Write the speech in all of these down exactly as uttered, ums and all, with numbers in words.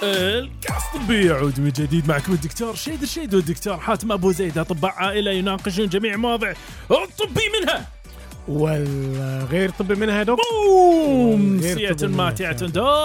الكاست الطبي يعود من جديد معكم الدكتور شيد الشيد والدكتور حاتم أبو زيد، أطباء عائلة يناقشون جميع مواضيع الطبي منها والغير طبي منها يا دوك. بوم سيئة ماتعة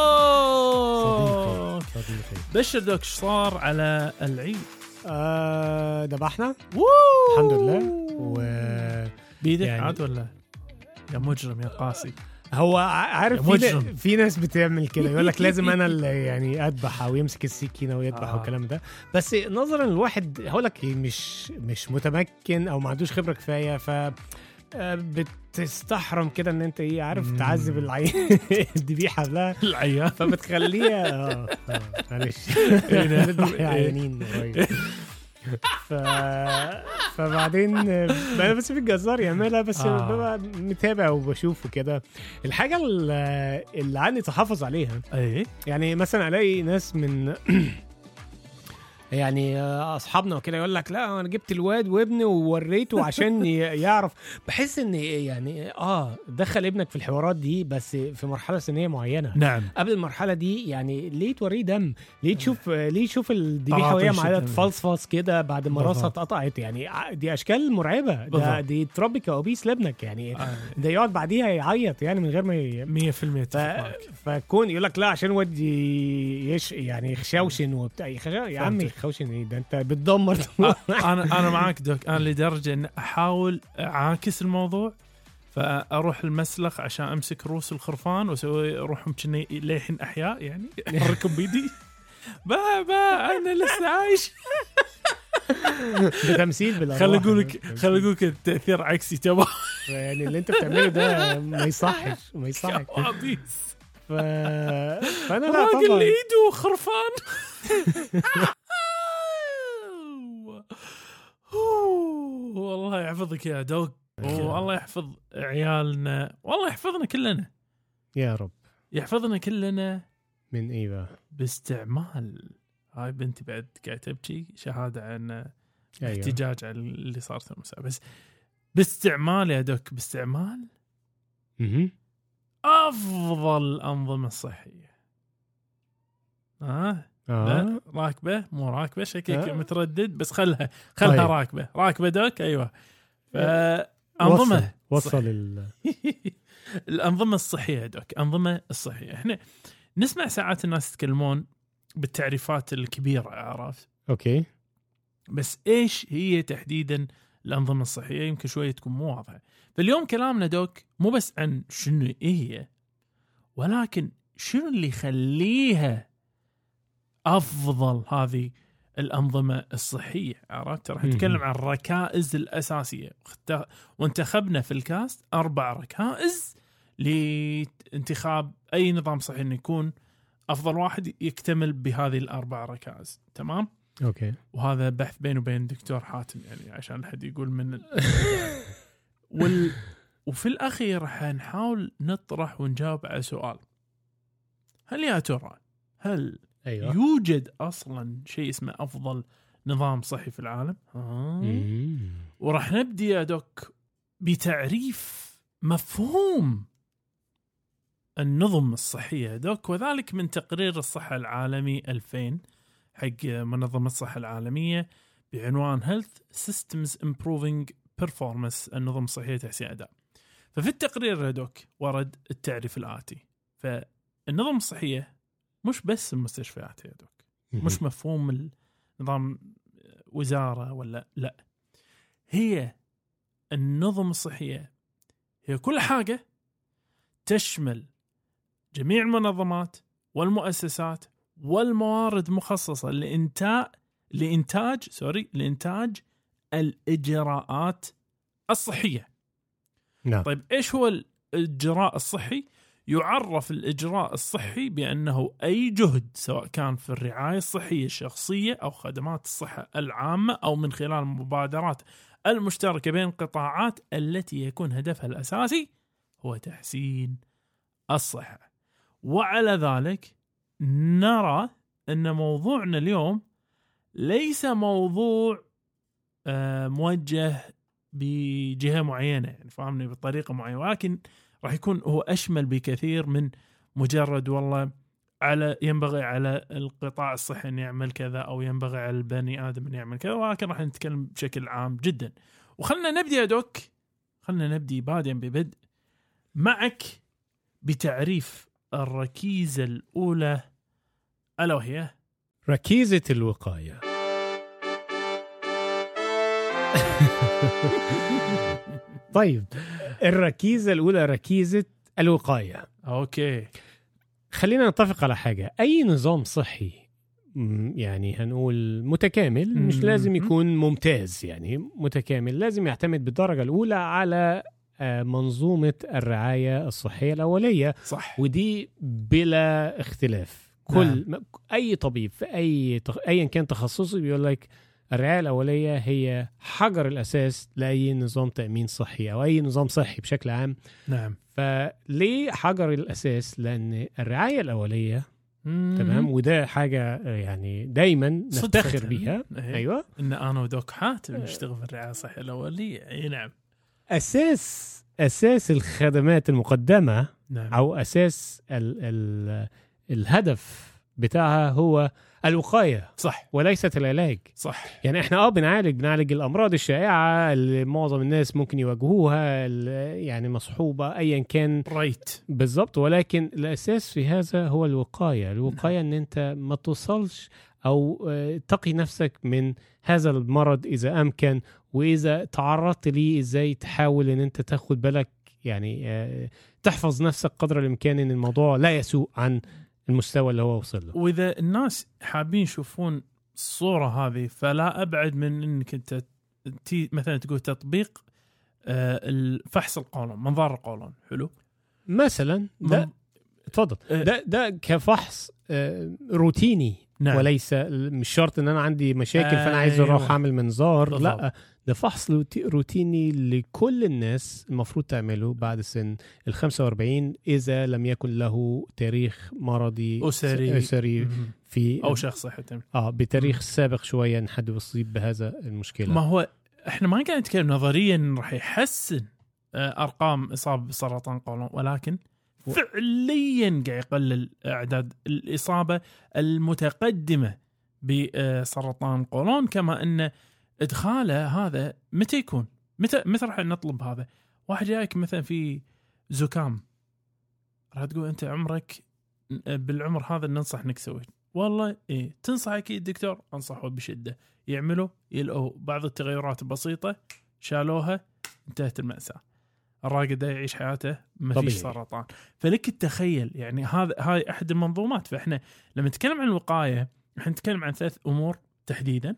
دوك. بشر دوك صار على العيد. آه دبحنا ووو. الحمد لله. و بيدك يعني... عاد ولا يا مجرم يا قاسي؟ هو عارف في, في ناس بتعمل كده يقول لك لازم انا اللي يعني اذبح او يمسك السكينه ويذبح آه. والكلام ده، بس نظرا الواحد هقول لك مش مش متمكن او ما عندوش خبره كفايه، ف بتستحرم كده ان انت ايه عارف مم. تعذب العين الذبيحه لا العيان، فبتخليها اه معلش نذبح عيانين ف... فبعدين انا بس في الجزار يعملها، بس آه. ببقى متابع وبشوفه كده. الحاجه اللي عندي تحافظ عليها ايه يعني مثلا الاقي ناس من يعني اصحابنا وكده يقول لك لا انا جبت الواد وابني ووريته عشان يعرف. بحس ان يعني اه دخل ابنك في الحوارات دي بس في مرحله سنيه معينه. نعم. قبل المرحله دي يعني ليه توريه دم؟ ليه تشوف ليه تشوف الذبيحه وهي معاها تفلصص كده بعد ما راسها اتقطعت؟ يعني دي اشكال مرعبه، ده دي تربي كوابيس لابنك يعني آه. ده يقعد بعديها يعيط يعني من غير ما مية في المية ف... فكون يقول لك لا عشان ودي يش يعني خشوشن وبتاع يا عمي خوشن ايه ده انت بتدمر. انا انا معاك دوك، انا لدرجه ان احاول اعاكس الموضوع، فاروح المسلخ عشان امسك روس الخرفان واسوي روحهم كني ليحين احياء يعني احركهم بيدي با با انا لسه عايش. بتمثيل بالارواح. خلي اقولك خلي اقولك التاثير عكسي تمام يعني اللي انت بتعمله ده ما يصحش ما يصحش كوابيس. ف... فانا لا طبعا راجل ايده خرفان. والله يحفظك يا دوك، والله يحفظ عيالنا، والله يحفظنا كلنا يا رب، يحفظنا كلنا. من ايه بقى؟ باستعمال هاي بنتي بعد قاعده تبكي شهاده عن أيوة. احتجاج على اللي صار في المساء، بس باستعمال يا دوك، باستعمال اها افضل الانظمه الصحيه. ها آه. راكبه مو راكبه شكلك آه. متردد، بس خلها خلها طيب. راكبه راكبه دوك. ايوه فانظمه وصل, وصل ال... الانظمه الصحيه دوك، انظمه الصحيه. احنا نسمع ساعات الناس يتكلمون بالتعريفات الكبيره، عرفت؟ اوكي، بس ايش هي تحديدا الانظمه الصحيه؟ يمكن شويه تكون مو واضحه. فاليوم كلامنا دوك مو بس عن شنو هي، ولكن شنو اللي يخليها أفضل هذه الأنظمة الصحية. عرفت؟ راح نتكلم عن الركائز الأساسية، وانتخبنا في الكاست أربع ركائز لانتخاب أي نظام صحي إنه يكون أفضل واحد يكتمل بهذه الأربع ركائز. تمام؟ أوكي. وهذا بحث بينه وبين دكتور حاتم يعني عشان حد يقول من ال... وال... وفي الأخير راح نحاول نطرح ونجاوب على سؤال: هل يا ترى هل أيوة. يوجد أصلاً شيء اسمه أفضل نظام صحي في العالم؟ آه. وراح نبدأ يا دوك بتعريف مفهوم النظم الصحية دوك، وذلك من تقرير الصحة العالمي ألفين حق منظمة الصحة العالمية بعنوان Health Systems Improving Performance، النظم الصحية تحسين أداء. ففي التقرير يا دوك ورد التعريف الآتي: فالنظم الصحية مش بس المستشفيات يا دوك، مش مفهوم النظام وزارة ولا لا، هي النظم الصحية هي كل حاجة تشمل جميع المنظمات والمؤسسات والموارد مخصصة لإنتاج لإنتاج سوري لإنتاج الإجراءات الصحية. نعم. طيب إيش هو الإجراء الصحي؟ يعرف الإجراء الصحي بأنه أي جهد سواء كان في الرعاية الصحية الشخصية أو خدمات الصحة العامة أو من خلال المبادرات المشتركة بين القطاعات التي يكون هدفها الأساسي هو تحسين الصحة. وعلى ذلك نرى أن موضوعنا اليوم ليس موضوع موجه بجهة معينة، يعني فهمني بطريقة معينة، ولكن راح يكون هو أشمل بكثير من مجرد والله على ينبغي على القطاع الصحي أن يعمل كذا، أو ينبغي على البني آدم أن يعمل كذا، ولكن راح نتكلم بشكل عام جدا. وخلنا نبدأ يا دوك، خلنا نبدأ بادئ ببدء معك بتعريف الركيزة الأولى، ألا وهي ركيزة الوقاية. طيب، الركيزة الأولى ركيزة الوقاية. أوكي، خلينا نتفق على حاجة. أي نظام صحي يعني هنقول متكامل، مش لازم يكون ممتاز، يعني متكامل لازم يعتمد بالدرجة الأولى على منظومة الرعاية الصحية الأولية. صح. ودي بلا اختلاف. كل نعم. أي طبيب في أي تخ... أيا كان تخصصي بيقول لك الرعاية الأولية هي حجر الأساس لأي نظام تأمين صحي أو أي نظام صحي بشكل عام. نعم. فليه حجر الأساس؟ لأن الرعاية الأولية مم. تمام، وده حاجة يعني دايما نفتخر بيها. أيه. أيوة، إن أنا ودوك حاتم نشتغل في الرعاية الصحية الأولية. أي نعم. أساس أساس الخدمات المقدمة. نعم. أو أساس ال ال الهدف بتاعها هو الوقاية. صح. وليست العلاج. صح. يعني احنا اه بنعالج بنعالج الأمراض الشائعة اللي معظم الناس ممكن يواجهوها، يعني مصحوبة أيا كان. رايت. بالضبط. ولكن الأساس في هذا هو الوقاية. الوقاية ان انت ما توصلش أو تقي نفسك من هذا المرض إذا أمكن، وإذا تعرضت ليه إزاي تحاول ان انت تاخد بالك، يعني تحفظ نفسك قدر الإمكان ان الموضوع لا يسوء عن المستوى اللي هو وصل له. وإذا الناس حابين يشوفون الصورة هذه، فلا أبعد من أنك أنت تي مثلا تقول تطبيق آه الفحص القولون، منظار القولون. حلو مثلا ده من... تفضل. آه ده ده كفحص آه روتيني. نعم. وليس مش شرط ان انا عندي مشاكل آه فانا عايز اروح اعمل منظار. بالضبط. لا، ده فحص روتيني لكل الناس المفروض تعمله بعد سن ال خمسة وأربعين إذا لم يكن له تاريخ مرضي أسري, أسري في أو شخص حتى آه بتاريخ سابق شوية أن حد يصيب بهذا المشكلة. ما هو إحنا ما قاعد نتكلم نظريا راح يحسن أرقام إصابة بسرطان قولون، ولكن فعليا قاعد يقلل أعداد الإصابة المتقدمة بسرطان قولون. كما أن إدخاله هذا متى يكون؟ متى متى راح نطلب هذا؟ واحد جايك مثلا في زكام، راح تقول أنت عمرك بالعمر هذا ننصح إنك تسوي. والله إيه تنصح أكيد دكتور، أنصحه بشدة. يعملوا يلقوا بعض التغيرات البسيطة، شالوها، انتهت المأساة. الراجل ده يعيش حياته ما فيش سرطان. فلك التخيل، يعني هذا هاي أحد المنظومات. فإحنا لما نتكلم عن الوقاية إحنا نتكلم عن ثلاث أمور تحديدا.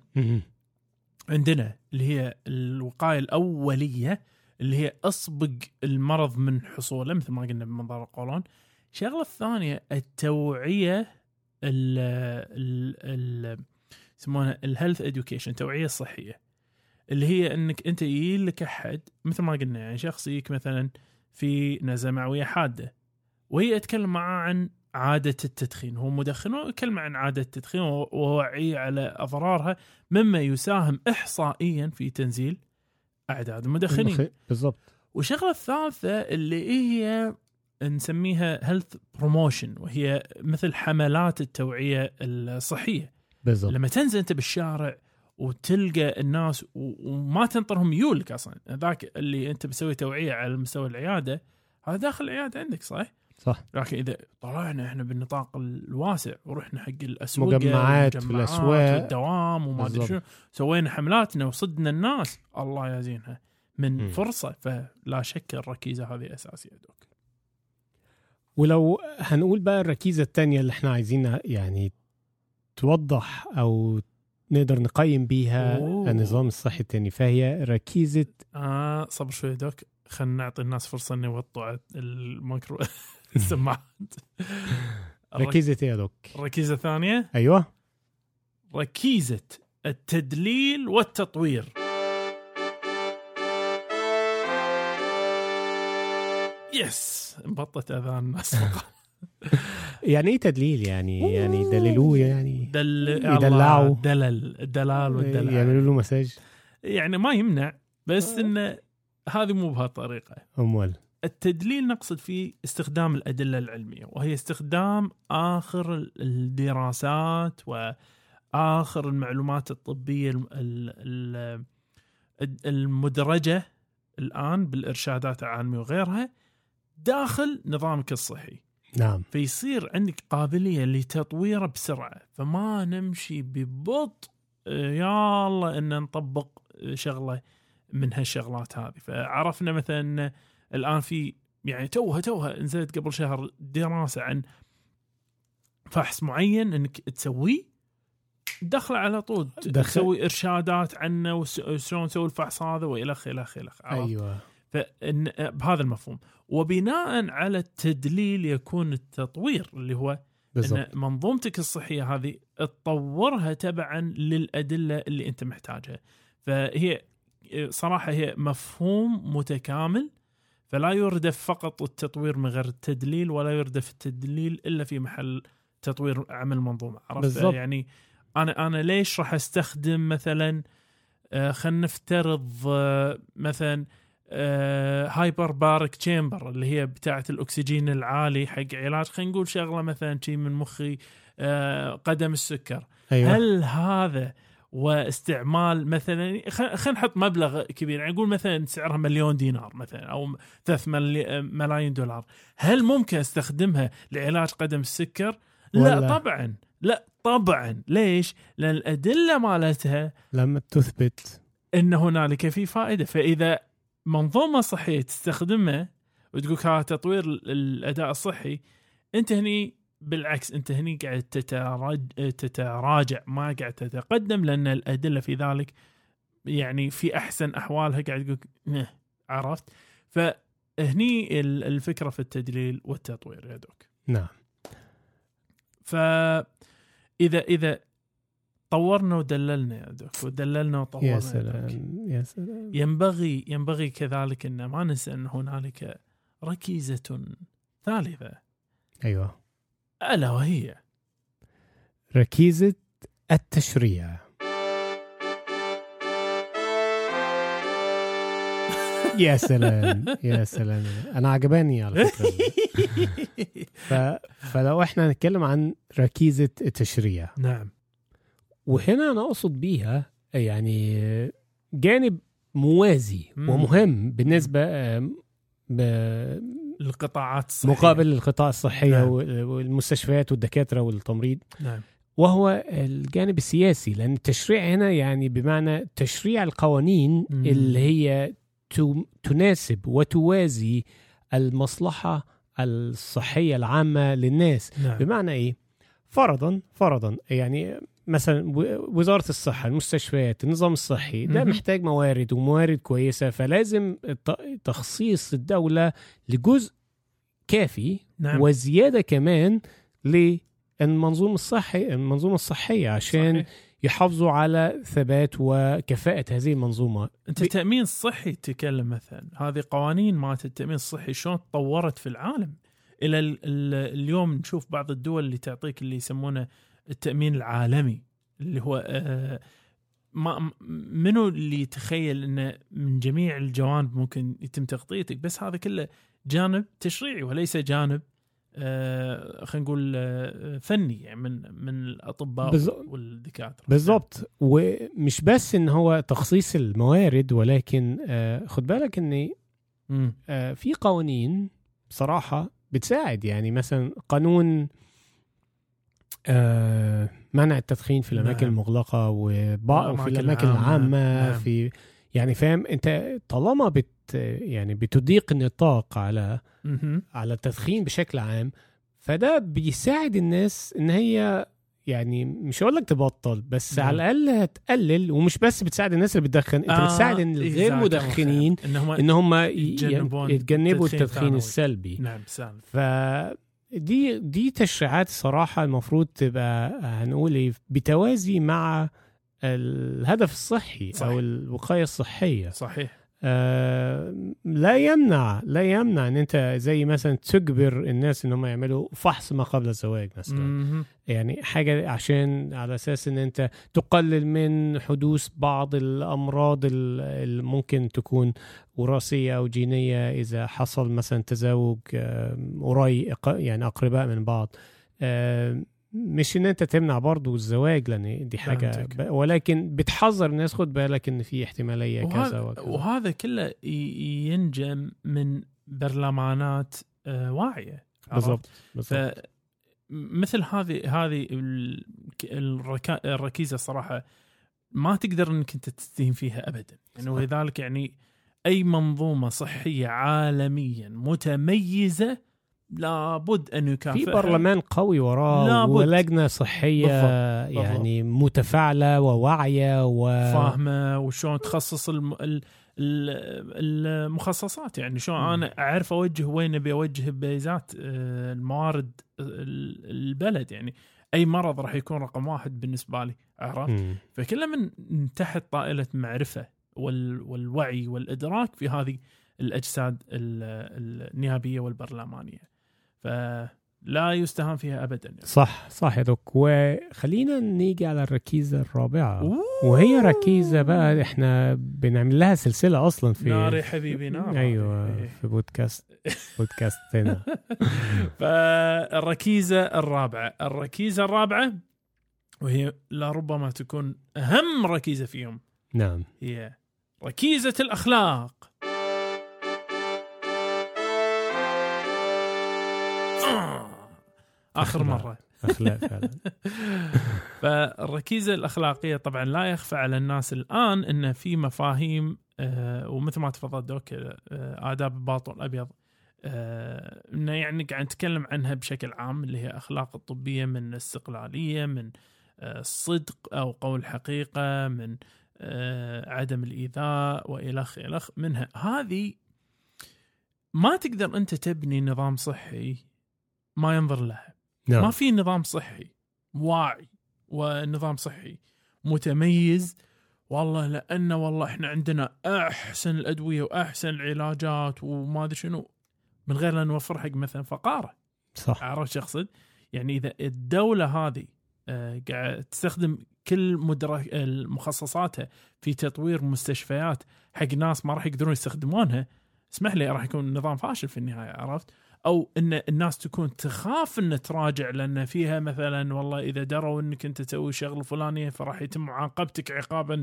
عندنا اللي هي الوقاية الأولية اللي هي أسبق المرض من حصوله مثل ما قلنا بمنظار القولون. الشغلة الثانية التوعية، ال ال ال يسمونها الهيلث إديوكيشن، توعية صحية، اللي هي أنك أنت يجيلك أحد مثل ما قلنا، يعني شخص يجيك مثلا في نزمة معوية حادة وهي أتكلم معاه عن عادة التدخين، هو مدخن ويكلم عن عادة التدخين ووعيه على أضرارها، مما يساهم إحصائيا في تنزيل أعداد المدخنين. بالضبط. وشغلة الثالثة اللي هي نسميها health promotion، وهي مثل حملات التوعية الصحية. بالضبط. لما تنزل أنت بالشارع وتلقى الناس وما تنطرهم يولك أصلا، ذاك اللي أنت بسوي توعية على مستوى العيادة هذا داخل العيادة عندك، صح؟ صح. لكن إذا طلعنا إحنا بالنطاق الواسع ورحنا حق الأسواق، مجمعات في الأسواق والدوام وما أدري شو، سوينا حملاتنا وصدنا الناس، الله يزينها من م. فرصة. فلا شك الركيزة هذه أساسية دوك. ولو هنقول بقى الركيزة التانية اللي إحنا عايزين يعني توضح أو نقدر نقيم بيها أوه. النظام الصحي التاني، فهي ركيزة آه صبر شوي دوك، خلنا نعطي الناس فرصة إن يوطوا الميكرو السماعات. ركيزة إيه يا دوك؟ الركيزة الثانية أيوة، ركيزة التدليل والتطوير. يس، انبطت أذان الناس فقط. يعني ايه تدليل؟ يعني يعني دللوه، يعني دل يدلعوا، دلل الدلال والدلال، يعملوا له مساج. يعني ما يمنع، بس ان هذه مو بهالطريقه. امال التدليل نقصد فيه استخدام الأدلة العلمية، وهي استخدام آخر الدراسات وآخر المعلومات الطبية المدرجة الآن بالإرشادات العالمية وغيرها داخل نظامك الصحي. نعم. فيصير عندك قابلية لتطويره بسرعة، فما نمشي ببطء يا الله إن نطبق شغلة من هالشغلات هذه. فعرفنا مثلا الآن في يعني توها توها نزلت قبل شهر دراسة عن فحص معين إنك تسويه دخل على طول تسوي إرشادات عنه وشلون نسوي الفحص هذا وإلخ إلخ إلخ. أيوة. فإن بهذا المفهوم، وبناء على التدليل يكون التطوير اللي هو بالضبط. إن منظومتك الصحية هذه تطورها تبعا للأدلة اللي أنت محتاجها. فهي صراحة هي مفهوم متكامل، فلا يردف فقط التطوير من غير التدليل، ولا يردف التدليل إلا في محل تطوير عمل منظومة. عرفت يعني أنا أنا ليش راح أستخدم مثلا آه خلينا نفترض آه مثلا آه هايبر بارك تشامبر اللي هي بتاعة الأكسجين العالي حق علاج، خلينا نقول شغلة مثلا شيء من مخي آه قدم السكر. أيوة. هل هذا واستعمال مثلا خلينا نحط مبلغ كبير، يعني نقول مثلا سعرها مليون دينار مثلا أو ثلاث ملايين دولار، هل ممكن استخدمها لعلاج قدم السكر؟ لا طبعا لا طبعا. ليش؟ لأن الأدلة مالتها لما تثبت إن هنالك في فائدة. فإذا منظومة صحية تستخدمها وتقول ها تطوير الأداء الصحي، أنت هني بالعكس أنت هني قاعد تتراجع, تتراجع ما قاعد تتقدم، لأن الأدلة في ذلك يعني في أحسن أحوالها قاعد تقول عرفت. فهني الفكرة في التدليل والتطوير يا دوك. نعم. فإذا إذا طورنا ودللنا يا دوك ودللنا وطورنا يا سلام يا سلام، ينبغي ينبغي كذلك أن ما ننسى أن هنالك ركيزة ثالثة. أيوة. ألا وهي ركيزة التشريع. يا سلام يا سلام، أنا عجباني على فكرة. ف... فلو إحنا نتكلم عن ركيزة التشريع، نعم، وهنا أنا أقصد بيها يعني جانب موازي مم. ومهم بالنسبة ب... القطاعات الصحية مقابل القطاع الصحية. نعم. والمستشفيات والدكاترة والتمريض. نعم. وهو الجانب السياسي، لأن التشريع هنا يعني بمعنى تشريع القوانين مم. اللي هي تناسب وتوازي المصلحة الصحية العامة للناس. نعم. بمعنى إيه؟ فرضا فرضا يعني مثلا وزارة الصحة، المستشفيات، النظام الصحي ده مم. محتاج محتاج موارد وموارد كويسة، فلازم تخصيص الدولة لجزء كافي. نعم. وزيادة كمان للمنظومة الصحية المنظومة الصحية عشان صحيح. يحافظوا على ثبات وكفاءة هذه المنظومة. أنت التأمين الصحي تكلم مثلا، هذه قوانين مالت التأمين الصحي شلون تطورت في العالم إلى ال ال اليوم. نشوف بعض الدول اللي تعطيك اللي يسمونه التأمين العالمي، اللي هو آه ما منو اللي يتخيل إنه من جميع الجوانب ممكن يتم تغطيتك، بس هذا كله جانب تشريعي وليس جانب آه خلينا نقول آه فني، يعني من من الأطباء بالزبط. والدكاترة. بالضبط. ومش بس إن هو تخصيص الموارد، ولكن آه خد بالك إن آه في قوانين بصراحة بتساعد. يعني مثلا قانون آه منع التدخين في الأماكن نعم. المغلقة وفي الأماكن العامة. نعم. في يعني فاهم أنت طالما بت يعني بتضيق النطاق على م- على التدخين بشكل عام، فده بيساعد الناس إن هي يعني مش هقول لك تبطل، بس نعم. على الأقل هتقلل. ومش بس بتساعد الناس اللي بتدخن، انت آه بتساعد ان الغير مدخنين ان هم يتجنبوا التدخين السلبي. نعم سالم. فدي دي تشريعات صراحة المفروض تبقى هنقول ايه بتوازي مع الهدف الصحي. صحيح. او الوقاية الصحية. صحيح. آه لا يمنع لا يمنع ان انت زي مثلا تجبر الناس ان هم يعملوا فحص ما قبل الزواج مثلا. مم. يعني حاجة عشان على اساس ان انت تقلل من حدوث بعض الامراض اللي ممكن تكون وراثية او جينية اذا حصل مثلا تزاوج قريب يعني اقرباء من بعض. آه مش ان انت تمنع برضو الزواج لان دي حاجة ب... ولكن بتحذر الناس خد بالك ان في احتمالية وهذا كذا وكذا. وهذا كله ينجم من برلمانات واعية. بالضبط بالضبط. مثل هذه هذه الركيزة صراحة ما تقدر انك انت تستهين فيها ابدا يعني. ولذلك يعني اي منظومة صحية عالميا متميزة لابد أن يكافئها في برلمان قوي وراه ولجنة صحية بالضبط. يعني بالضبط. متفاعلة وواعية وفاهمة وشون تخصص الم... المخصصات يعني شون م. أنا أعرف أوجه وين أبي أوجه بذات الموارد البلد يعني. أي مرض راح يكون رقم واحد بالنسبة لي عرفت. فكله من تحت طائلة معرفة وال... والوعي والإدراك في هذه الأجساد النيابية والبرلمانية. فلا يستهان فيها أبدا يعني. صح صح يا دوك. وخلينا نيجي على الركيزة الرابعة. أوه. وهي ركيزة بقى احنا بنعمل لها سلسلة أصلا في ناري حبيبي نار. أيوة في بودكاست بودكاستنا. فالركيزة الرابعة الركيزة الرابعة وهي لربما تكون أهم ركيزة فيهم. نعم. هي ركيزة الأخلاق. آخر مرة أخلاق فعلا. فالركيزة الأخلاقية طبعا لا يخفى على الناس الآن إن في مفاهيم آه ومثل ما تفضل دوك آه آداب الباطل الأبيض آه إنه يعني قاعد نتكلم عنها بشكل عام اللي هي أخلاق الطبية من الاستقلالية من آه الصدق أو قول الحقيقة من آه عدم الإيذاء وإلخ إلخ منها. هذه ما تقدر أنت تبني نظام صحي ما ينظر لها. نعم. ما في نظام صحي واعي ونظام صحي متميز والله لأنه والله إحنا عندنا أحسن الأدوية وأحسن العلاجات وما أدري شنو من غير أن نوفر حق مثلا فقارة. صح. عرفت شو أقصد؟ يعني إذا الدولة هذه آه قاعد تستخدم كل مدرك مخصصاتها في تطوير مستشفيات حق ناس ما راح يقدرون يستخدمونها اسمح لي راح يكون النظام فاشل في النهاية. عرفت؟ أو إن الناس تكون تخاف إن تراجع لأن فيها مثلا والله إذا دروا إنك أنت تسوي شغل فلانية فراح يتم معاقبتك عقابا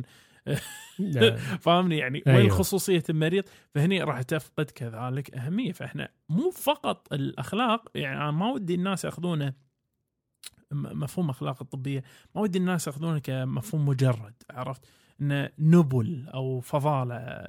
فاهمني يعني. أيوة. وين خصوصية المريض؟ فهني راح تفقد كذلك أهمية. فإحنا مو فقط الأخلاق يعني أنا ما ودي الناس يأخذونه مفهوم أخلاق الطبية ما ودي الناس يأخذونه كمفهوم مجرد عرفت إنه نبل أو فضالة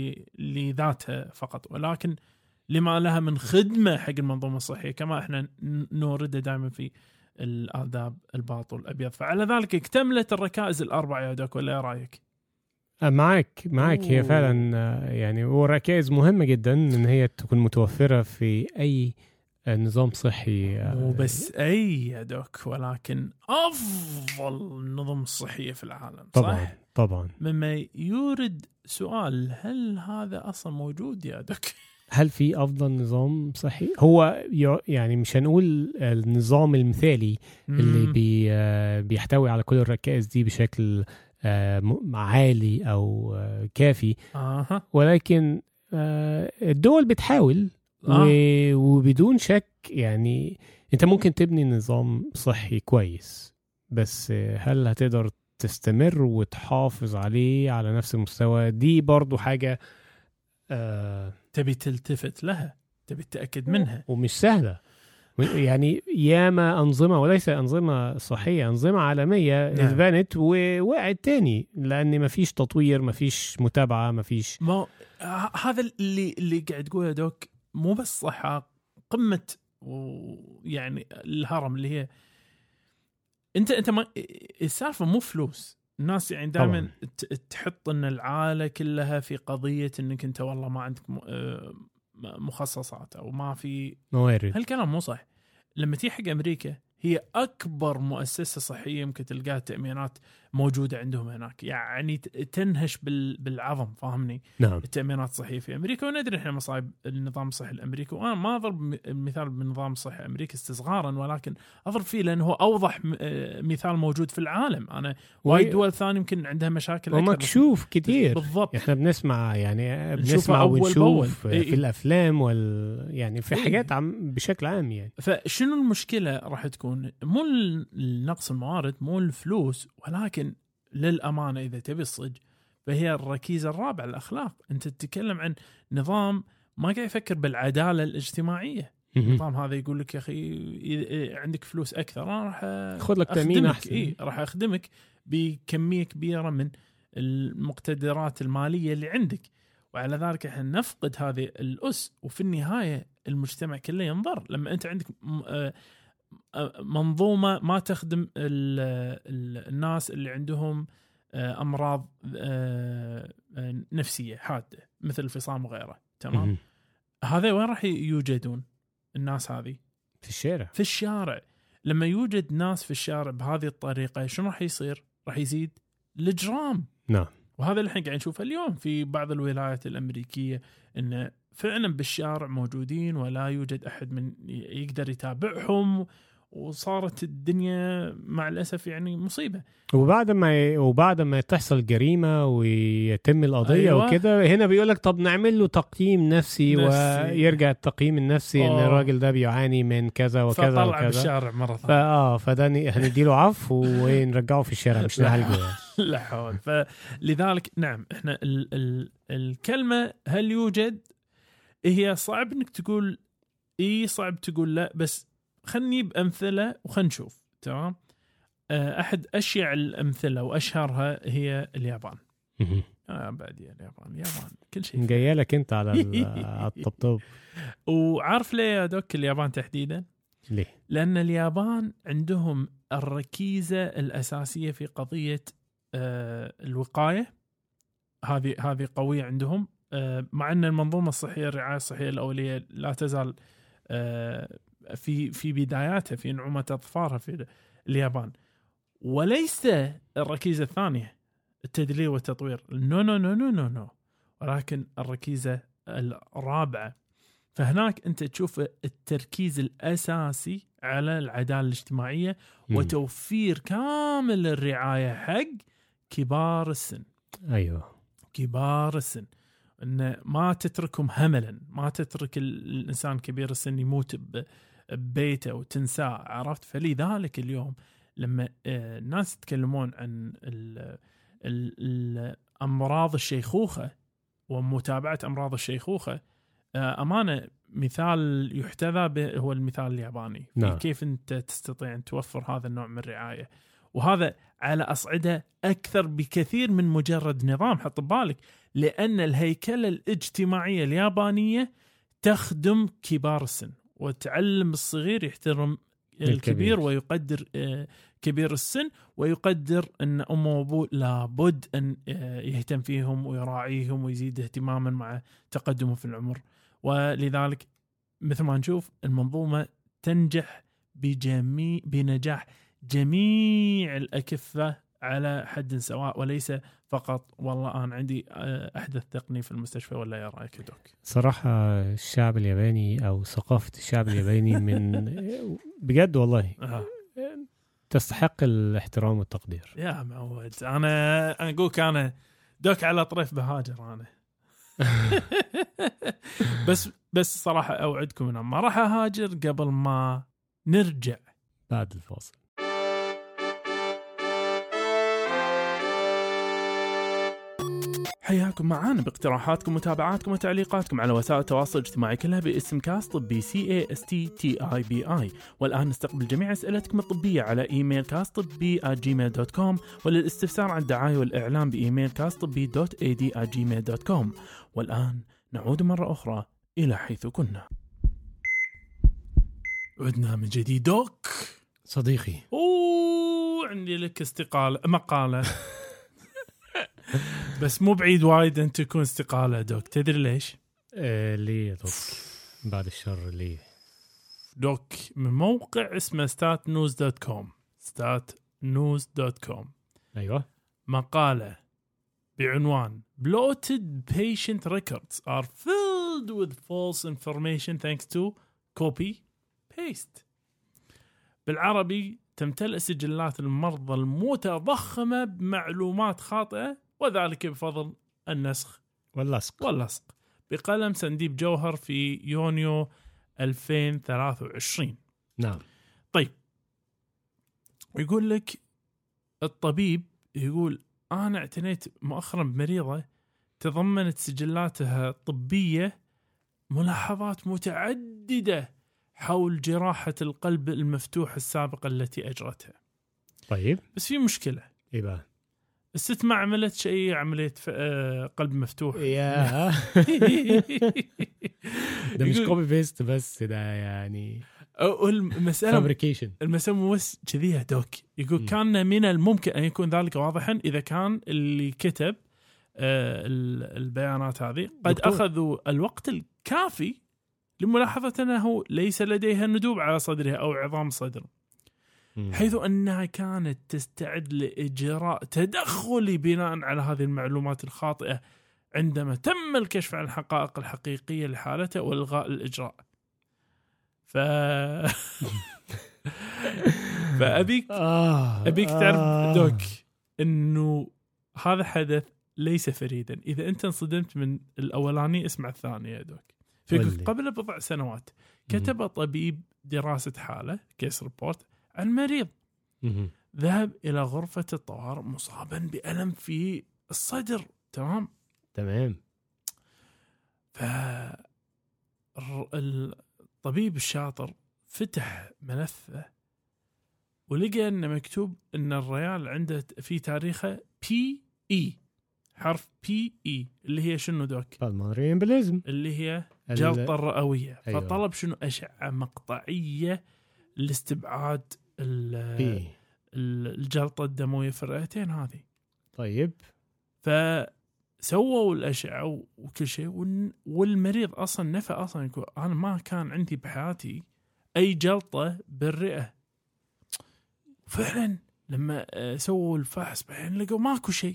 لذاتها فقط ولكن لما لها من خدمة حق المنظومة الصحية كما احنا نورده دائما في الآداب الباطل الأبيض. فعلى ذلك اكتملت الركائز الأربعة يا دوك ولا رأيك؟ معك معك أوه. هي فعلا يعني وركائز مهمة جدا ان هي تكون متوفرة في أي نظام صحي. مو بس أي يا دوك ولكن أفضل نظام صحية في العالم. طبعا صح؟ طبعا. مما يورد سؤال هل هذا أصلا موجود يا دوك؟ هل في أفضل نظام صحي؟ هو يعني مش هنقول النظام المثالي اللي بي بيحتوي على كل الركائز دي بشكل عالي أو كافي آه. ولكن الدول بتحاول آه. وبدون شك يعني أنت ممكن تبني نظام صحي كويس بس هل هتقدر تستمر وتحافظ عليه على نفس المستوى؟ دي برضو حاجة آه تبي تلتفت لها تبي تتأكد منها ومش سهلة يعني ياما أنظمة وليس أنظمة صحية أنظمة عالمية اثبنت نعم. ووقعت تاني لأن مفيش تطوير مفيش متابعة مفيش ما هذا اللي اللي قاعد تقول يا دوك مو بس صحة قمة يعني الهرم اللي هي أنت أنت ما السالفة مو فلوس. الناس يعني دائما تحط ان العالة كلها في قضية انك انت والله ما عندك مخصصات او ما في موارد. هالكلام مو صح. لما تيجي حق امريكا هي أكبر مؤسسة صحية يمكن تلقاها تأمينات موجودة عندهم هناك، يعني تنهش بالعظم، فاهمني؟ نعم. التأمينات الصحية في أمريكا، وندري إحنا مصايب النظام الصحي الأمريكي، وأنا ما أضرب مثال بالنظام الصحي الأمريكي استصغارا، ولكن أضرب فيه لأنه هو أوضح مثال موجود في العالم. أنا وايد دول ثانية يمكن عندها مشاكل أكثر، ومكشوف كتير. بالضبط. إحنا بنسمع يعني بنسمع ونشوف في إيه. الأفلام وال يعني في إيه. حاجات عم بشكل عام يعني. فشنو المشكلة راح تكون؟ مو النقص الموارد، مو الفلوس، ولكن للأمانة إذا تبي الصج فهي الركيزة الرابعة، الأخلاق. أنت تتكلم عن نظام ما قاعد يفكر بالعدالة الاجتماعية. النظام هذا يقول لك يا أخي عندك فلوس أكثر، أنا راح خذ لك تأمين أحسن. إيه، راح أخدمك بكمية كبيرة من المقتدرات المالية اللي عندك، وعلى ذلك احنا نفقد هذه الأس. وفي النهاية المجتمع كله ينضر لما أنت عندك منظومة ما تخدم الناس اللي عندهم أمراض نفسية حادة مثل الفصام وغيره. تمام. هذا وين راح يوجدون الناس هذه؟ في الشارع. في الشارع. لما يوجد ناس في الشارع بهذه الطريقة شنو راح يصير؟ راح يزيد الإجرام. نعم. وهذا اللي احنا قاعد نشوفه اليوم في بعض الولايات الأمريكية، إنه فعلا بالشارع موجودين ولا يوجد أحد من يقدر يتابعهم، وصارت الدنيا مع الأسف يعني مصيبة. وبعد ما وبعد ما تحصل جريمة ويتم القضية أيوة. وكده هنا بيقولك طب نعمل له تقييم نفسي, نفسي. ويرجع التقييم النفسي أوه. إن الراجل ده بيعاني من كذا وكذا فطلع وكذا بالشارع مرة ثانية. فآه فده هنديله عفو ونرجعه في الشارع مش نعالجه. لا حول. فلذلك نعم احنا ال ال الكلمة هل يوجد هي صعب انك تقول ايه، صعب تقول لا، بس خلني بأمثلة وخلنا نشوف. تمام. أحد أشيع الأمثلة وأشهرها هي اليابان. آه بعد يا اليابان اليابان كل شيء جايه لك أنت على الطبطب. وعارف ليه يا دوك اليابان تحديدا؟ ليه؟ لأن اليابان عندهم الركيزة الأساسية في قضية آه الوقاية. هذه هذه قوية عندهم، آه مع أن المنظومة الصحية الرعاية الصحية الأولية لا تزال آه في في بداياتها، في نعومة أظفارها في اليابان، وليس الركيزة الثانية التدليل والتطوير، نو نو نو نو نو نو ولكن الركيزة الرابعة. فهناك أنت تشوف التركيز الأساسي على العدالة الاجتماعية م. وتوفير كامل الرعاية حق كبار السن. أيوة كبار السن، إن ما تتركهم هملا، ما تترك الإنسان كبير السن يموت ببيته وتنساه، عرفت؟ فلذلك اليوم لما الناس يتكلمون عن ال ال الأمراض الشيخوخة ومتابعة أمراض الشيخوخة، أمانة مثال يحتذى به هو المثال الياباني. نعم. كيف أنت تستطيع أن توفر هذا النوع من الرعاية، وهذا على أصعدة أكثر بكثير من مجرد نظام. حط بالك، لأن الهيكلة الاجتماعية اليابانية تخدم كبار السن وتعلم الصغير يحترم الكبير, الكبير ويقدر كبير السن، ويقدر أن أمه وأبوه لابد أن يهتم فيهم ويراعيهم ويزيد اهتماما مع تقدمه في العمر. ولذلك مثل ما نشوف المنظومة تنجح بجميع بنجاح جميع الأكفة على حد سواء، وليس فقط والله أنا عندي أحدث تقنية في المستشفى ولا يا رأيك يا دوك. صراحة الشعب الياباني أو ثقافة الشعب الياباني من بجد والله آه. تستحق الاحترام والتقدير يا معود. أنا أنا أقولك أنا دوك على طريف بهاجر أنا بس بس صراحة أوعدكم أنا ما راح أهاجر قبل ما نرجع بعد الفاصل. حياكم معانا باقتراحاتكم ومتابعاتكم وتعليقاتكم على وسائل التواصل الاجتماعي كلها باسم كاست طبي سي اي اس تي تي اي بي اي. والآن نستقبل جميع أسئلتكم الطبية على إيميل كاست طبي آت جيميل دوت كوم، وللاستفسار عن الدعاية والإعلام بإيميل كاست طبي دوت إي دي آت جيميل دوت كوم. والآن نعود مرة أخرى إلى حيث كنا. عدنا من جديد دوك صديقي. أوه عندي لك استقالة مقالة بس مو بعيد وايد أن تكون استقالة دوك. تدري ليش؟ آه ليه يا دوك؟ بعد الشر ليه؟ دوك من موقع اسمه ستات نيوز دوت كوم ستات نيوز دوت كوم أيوة. مقالة بعنوان bloated patient records are filled with false information thanks to copy paste. بالعربي تمتلئ سجلات المرضى المتضخمة بمعلومات خاطئة وذلك بفضل النسخ واللصق واللصق بقلم سنديب جوهر في يونيو ألفين وثلاثة وعشرين. نعم. طيب يقول لك الطبيب يقول أنا اعتنيت مؤخرا بمريضة تضمنت سجلاتها الطبية ملاحظات متعددة حول جراحة القلب المفتوح السابقة التي أجرتها. طيب بس في مشكلة. إيه بقى؟ الست ما عملت شيء عملية قلب مفتوح. يا ده مش كوبي بيست بس ده يعني المسألة فابريكيشن. المسألة مو بس كذي دوك. يقول م. كان من الممكن أن يكون ذلك واضحا إذا كان اللي كتب آه البيانات هذه قد دكتور. أخذوا الوقت الكافي لملاحظة أنه ليس لديها ندوب على صدرها أو عظام صدر، حيث أنها كانت تستعد لإجراء تدخلي بناء على هذه المعلومات الخاطئة عندما تم الكشف عن الحقائق الحقيقية لحالته وإلغاء الإجراء. ف فأبيك آه أبيك تعرف آه دوك إنه هذا حدث ليس فريدا. إذا أنت انصدمت من الأولاني اسمع الثاني يا دوك. فيقول قبل بضع سنوات كتب طبيب دراسة حالة كيس ريبورت عن مريض ذهب إلى غرفة الطوارئ مصابا بألم في الصدر. تمام تمام. فالطبيب الشاطر فتح ملفه ولقى أنه مكتوب أن الريال عنده في تاريخه بي إي، حرف بي إي اللي هي شنو دوك؟ بالمونري امبوليزم، اللي هي جلطة الرئوية. أيوة. فطلب شنو؟ أشعة مقطعية لاستبعاد الجلطة الدموية في الرئتين هذه. طيب فسووا الأشعة وكل شيء، والمريض أصلا نفى أصلا يقول أنا ما كان عندي بحياتي أي جلطة بالرئة. فعلا لما سووا الفحص بعدين لقوا ماكو شيء،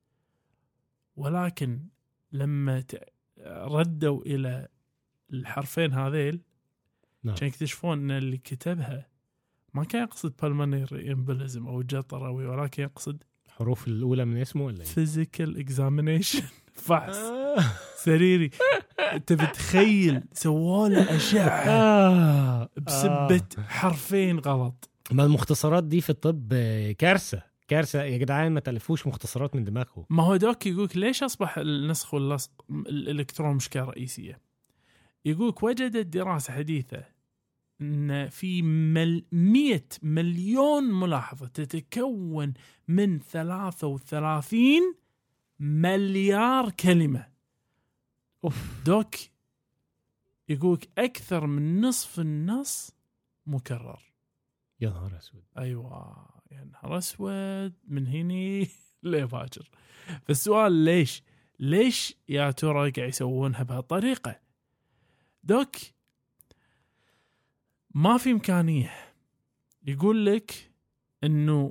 ولكن لما ردوا إلى الحرفين هذيل نعم. كان يكتشفون أن اللي كتبها ما كان يقصد pulmonary embolism أو جلطة رئوية، ولكن يقصد حروف الأولى من اسمه ولا physical examination فحص سريري. أنت بتخيل سووا له أشعة بسبة حرفين غلط. ما المختصرات دي في الطب كارثة كارثة يا جدعان، ما تألفوش مختصرات من دماغه. ما هو دوك يقولك ليش أصبح النسخ واللصق الإلكترون مشكلة رئيسية. يقولك وجدت دراسة حديثة أن في مل مية مليون ملاحظة تتكون من ثلاثة وثلاثين مليار كلمة. أوف. دوك يقولك أكثر من نصف النص مكرر. يا نهار أسود. أيوة يا نهار أسود من هني لباكر. فالسؤال ليش ليش يا ترى قاعد يسوونها بهالطريقة؟ دوك ما في إمكانية. يقول لك إنه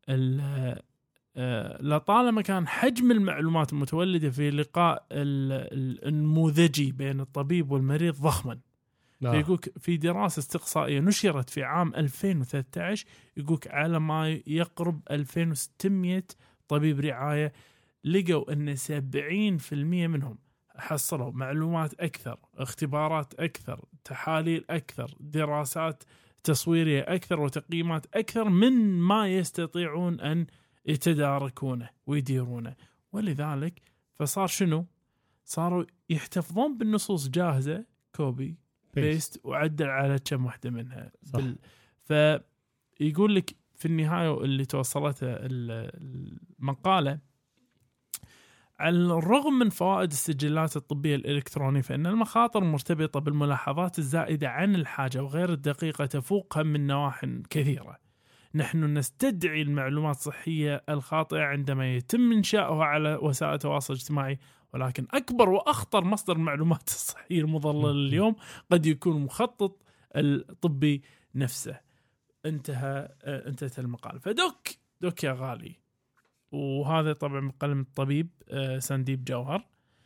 لطالما كان حجم المعلومات المتولدة في لقاء النموذجي بين الطبيب والمريض ضخما. يقول في دراسة استقصائية نشرت في عام ألفين وثلاثة عشر يقول على ما يقرب ألفين وستمائة طبيب رعاية لقوا أن سبعين بالمئة منهم حصلوا معلومات أكثر، اختبارات أكثر، تحاليل أكثر، دراسات تصويرية أكثر، وتقييمات أكثر من ما يستطيعون أن يتداركونه ويديرونه. ولذلك فصار شنو؟ صاروا يحتفظون بالنصوص جاهزة كوبي بيست وعدل على كم واحدة منها. بال... فيقول لك في النهاية اللي توصلته المقالة، على الرغم من فوائد السجلات الطبية الإلكترونية فإن المخاطر مرتبطة بالملاحظات الزائدة عن الحاجة وغير الدقيقة تفوقها من نواحي كثيرة. نحن نستدعي المعلومات الصحية الخاطئة عندما يتم إنشاؤها على وسائل التواصل الاجتماعي، ولكن أكبر وأخطر مصدر المعلومات الصحية المضللة اليوم قد يكون مخطط الطبي نفسه. انتهى انتهت المقال. فدوك دوك يا غالي، وهذا طبعا من قلم الطبيب سنديب جوهر.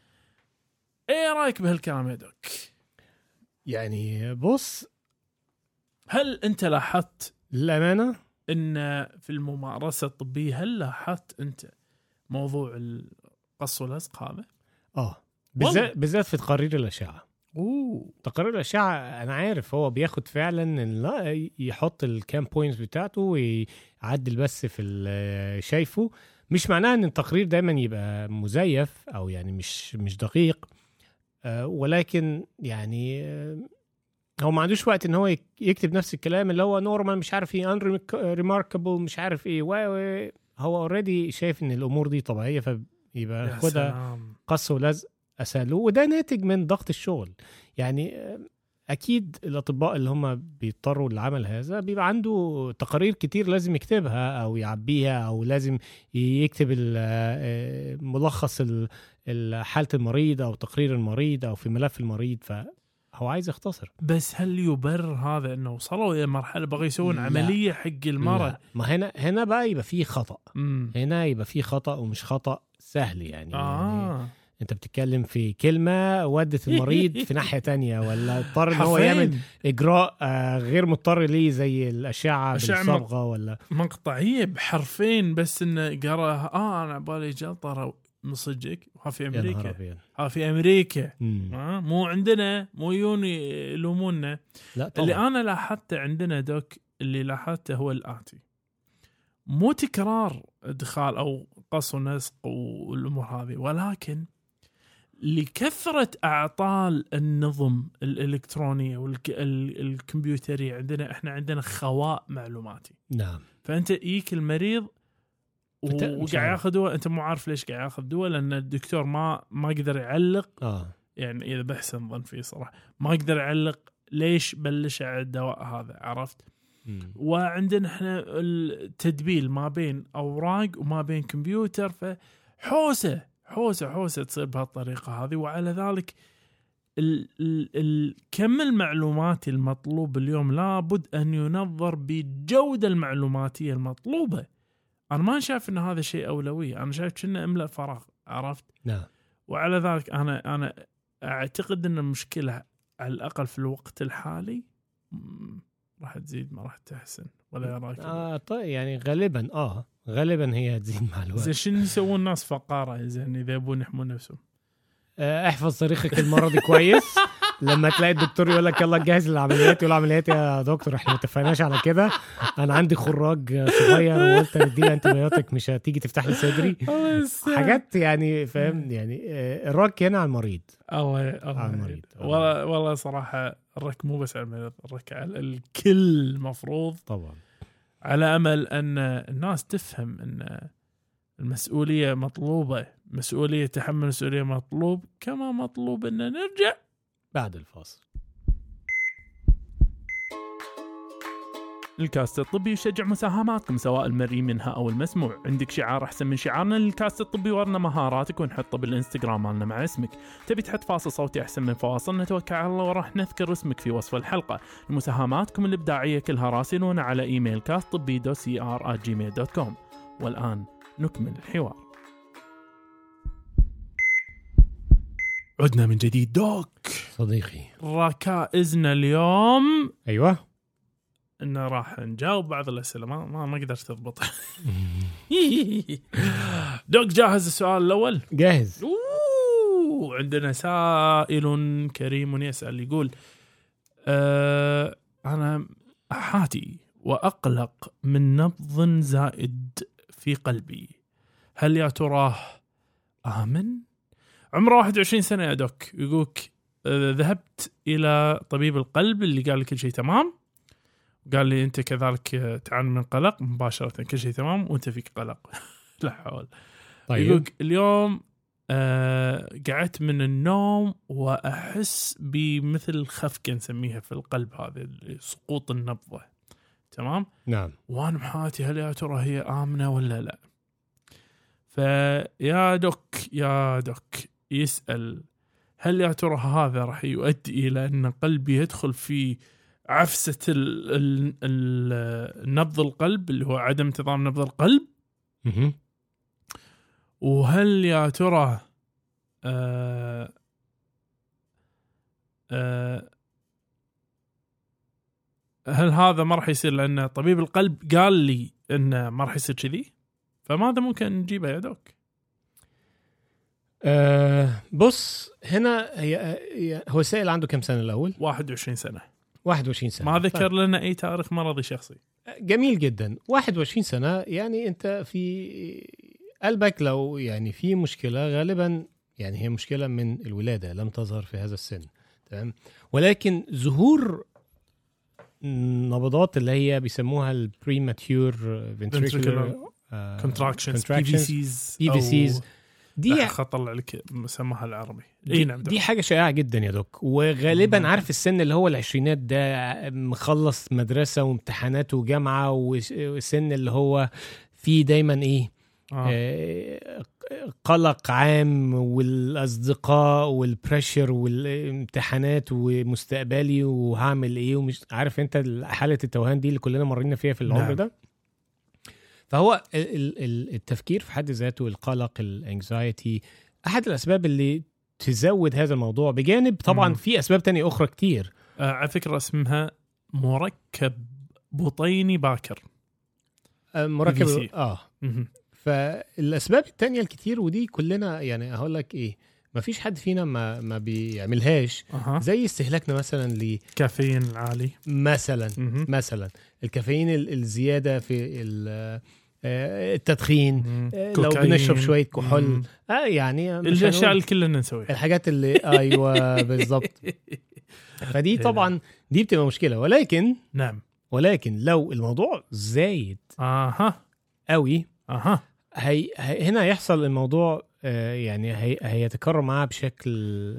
ايه رايك بهالكلام يا دوك؟ يعني بص، هل انت لاحظت للأمانة ان في الممارسة الطبية هل لاحظت انت موضوع القص واللزق هذا؟ اه بالذات بالذات في تقارير الأشعة. اوه تقارير الأشعة أنا عارف هو بياخد فعلا لا يحط الكام بوينتس بتاعته ويعدل بس في شايفه. مش معناه ان التقرير دايما يبقى مزيف او يعني مش مش دقيق، آه ولكن يعني آه هو ما عندوش وقت ان هو يكتب نفس الكلام اللي هو نورمال مش عارف ايه unremarkable مش عارف ايه. هو اوريدي شايف ان الامور دي طبيعيه فيبقى خدها قص ولزق اسهل. وده ناتج من ضغط الشغل. يعني اكيد الاطباء اللي هم بيضطروا للعمل هذا بيبقى عنده تقارير كتير لازم يكتبها او يعبيها او لازم يكتب ملخص حالة المريض او تقرير المريض او في ملف المريض، فهو عايز يختصر. بس هل يبرر هذا انه وصلوا الى مرحله بغى يسوون عمليه حق المرض؟ ما هنا هنا بقى يبقى فيه خطأ. مم. هنا يبقى فيه خطأ ومش خطأ سهل يعني, آه. يعني انت بتتكلم في كلمة ودت المريض في ناحية تانية، ولا اضطر ان هو يعمل اجراء غير مضطر ليه زي الاشعة بالصبغة ولا مقطعية بحرفين بس انه قراها. اه انا بالي جلطة مصجك. ها في امريكا ها في امريكا آه مو عندنا، مو يوني يلومونا. لا طبعا. اللي انا لاحظته عندنا دوك، اللي لاحظته هو الاتي: مو تكرار ادخال او قص ونسق والامور هذه، ولكن لكثرة أعطال النظم الإلكترونية والكمبيوترية عندنا. إحنا عندنا خواء معلوماتي. نعم. فأنت يجيك المريض وقاعد ياخذ دواء، أنت مو عارف ليش قاعد ياخذ دواء، لأن الدكتور ما ما قدر يعلق. آه. يعني إذا بحسن ظن فيه صراحة ما قدر يعلق ليش بلش على الدواء هذا، عرفت؟ مم. وعندنا إحنا التدبيل ما بين أوراق وما بين كمبيوتر، فحوسة حوسة حوسة تصير بهالطريقة هذه. وعلى ذلك ال ال ال كم المعلومات المطلوب اليوم لابد أن ينظر بالجودة المعلوماتية المطلوبة. أنا ما شايف أن هذا شيء أولوية، أنا شايف كنا إملأ فراغ، عرفت؟ نعم. وعلى ذلك أنا أنا أعتقد أن المشكلة على الأقل في الوقت الحالي راح تزيد ما راح تحسن، ولا رايك؟ آه طيب يعني غالبا آه غالبا هي هتزيد مع الوقت. زين شنو يسوون الناس فقارة زين إذا يبون يحمون نفسهم؟ آه احفظ تاريخك المرضي كويس. لما تلاقي الدكتور يقول لك يلا جاهز للعمليات، يقول عمليات يا دكتور احنا متفقناش على كده، انا عندي خراج صغير وقلت اديله انتبيوتك مش هتيجي تفتح لي صدري. حاجات يعني فاهم يعني الرك هنا على المريض. الله على المريض. والله والله صراحه الرك مو بس على المريض، الرك على الكل مفروض طبعا، على امل ان الناس تفهم ان المسؤوليه مطلوبه، مسؤوليه تحمل مسؤوليه مطلوب، كما مطلوب ان نرجع بعد الفاصل. الكاست الطبي يشجع مساهماتكم سواء المرئي منها أو المسموع. عندك شعار أحسن من شعارنا للكاست الطبي؟ ورنا مهاراتك ونحطه بالإنستغرام مالنا مع اسمك. تبي تحط فاصل صوتي أحسن من فواصل؟ نتوكل على الله وراح نذكر اسمك في وصف الحلقة. مساهماتكم الإبداعية كلها راسلونا على إيميل كاست طبي دو سي آر آت جيميل دوت كوم. والآن نكمل الحوار. عدنا من جديد دوك صديقي. ركائزنا اليوم أيوة إنه راح نجاوب بعض الأسئلة ما ما ما قدرت تضبط. دوك جاهز السؤال الأول؟ جاهز. أوه عندنا سائل كريم يسأل يقول أه أنا حاتي وأقلق من نبض زائد في قلبي، هل يا تراه آمن؟ عمره واحد وعشرين سنة يا دوك. يقولك أه ذهبت إلى طبيب القلب اللي قال لي كل شيء تمام، قال لي أنت كذلك تعاني من قلق مباشرة، كل شيء تمام وأنت فيك قلق. لا حول. طيب. يقولك اليوم آه قعدت من النوم وأحس بمثل خفقة نسميها في القلب، هذا سقوط النبضة. تمام. نعم. وأنا محاتي هل يا ترى هي آمنة ولا لا؟ فيا دوك يا دوك يسأل هل يا ترى هذا راح يؤدي إلى أن قلبي يدخل في عفسة ال ال ال نبض القلب اللي هو عدم انتظام نبض القلب؟ مهم. وهل يا ترى آه آه هل هذا ما راح يصير لأن طبيب القلب قال لي إنه ما راح يصير كذي؟ فماذا ممكن نجيبه يا دوك؟ أه بص هنا هي هي- هو السائل عنده كم سنة الأول؟ واحد وعشرين سنة. واحد وعشرين سنة. ما ذكر لنا أي تاريخ مرضي شخصي. جميل جدا. واحد وعشرين سنة يعني أنت في قلبك لو يعني في مشكلة غالبا يعني هي مشكلة من الولادة لم تظهر في هذا السن، تمام؟ ولكن ظهور نبضات اللي هي بيسموها البريماتيور ventricular آه، contractions contractions، بي في سيز بي في سيز دي دي خطلع لك مسماها العربي. دي, اي نعم دي حاجة شائعة جدا يا دوك، وغالبا عارف السن اللي هو العشرينات ده مخلص مدرسة وامتحانات وجامعة، والسن اللي هو فيه دايما ايه آه. آه، قلق عام والأصدقاء والبريشر والامتحانات ومستقبلي وهعمل ايه ومش عارف انت حالة التوهان دي اللي كلنا مرينا فيها في العمر نعم. ده. فهو ال- ال- التفكير في حد ذاته، القلق، الانكزايتي، احد الاسباب اللي تزود هذا الموضوع، بجانب طبعا مم. في اسباب تانية اخرى كتير. آه على فكرة اسمها مركب بطيني باكر. آه، مركب بي في سي. اه مهم. فالاسباب التانية الكتير ودي كلنا يعني هقول لك ايه، ما فيش حد فينا ما ما بيعملهاش، أها. زي استهلاكنا مثلا ل كافيين عالي. مثلا مهم. مثلا الكافيين ال- الزياده في ال- آه، التدخين، مهم. آه، لو كوكايين. بنشرب شويه كحول، مهم. اه يعني مش الاشياء هنقول- اللي كلنا نسويها. الحاجات اللي ايوه بالظبط. فدي طبعا دي بتبقى مشكله، ولكن نعم. ولكن لو الموضوع زايد اها قوي اها هي هي- هنا يحصل الموضوع آه، يعني هي هيتكرر معاه بشكل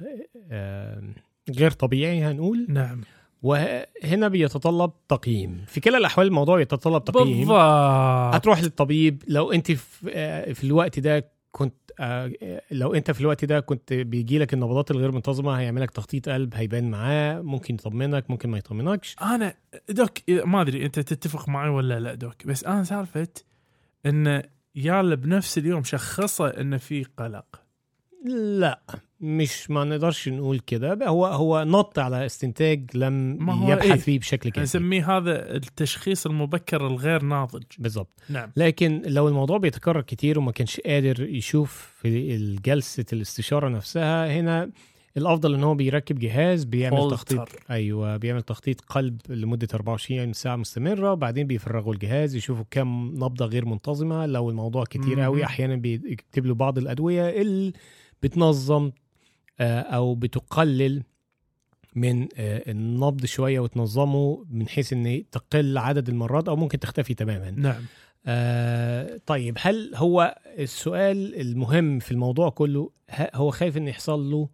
آه، غير طبيعي هنقول، نعم وهنا بيتطلب تقييم. في كلا الاحوال الموضوع يتطلب تقييم. بالضبط. هتروح للطبيب لو انت في آه، في الوقت ده كنت آه، لو انت في الوقت ده كنت بيجي لك النبضات الغير منتظمه، هيعملك تخطيط قلب، هيبان معاه، ممكن يطمنك ممكن ما يطمنكش. انا دوك ما ادري انت تتفق معي ولا لا دوك، بس انا سالفه ان يالا بنفس اليوم شخصه ان في قلق. لا مش ما نقدرش نقول كده، هو هو نط على استنتاج لم ما هو يبحث إيه؟ فيه بشكل كافي. نسميه هذا التشخيص المبكر الغير ناضج. بالضبط. نعم. لكن لو الموضوع بيتكرر كتير وما كانش قادر يشوف في الجلسة الاستشارة نفسها، هنا الأفضل إن هو بيركب جهاز بيعمل فولتر. تخطيط. أيوة بيعمل تخطيط قلب لمدة أربعة وعشرين ساعة مستمرة، وبعدين بيفرغوا الجهاز يشوفوا كم نبضة غير منتظمة. لو الموضوع كتير مم. قوي أحيانا بيكتب له بعض الأدوية اللي بتنظم آه، أو بتقلل من آه، النبض شوية وتنظمه من حيث ان تقل عدد المرات او ممكن تختفي تماما. نعم. آه طيب هل هو السؤال المهم في الموضوع كله ه- هو خايف ان يحصل له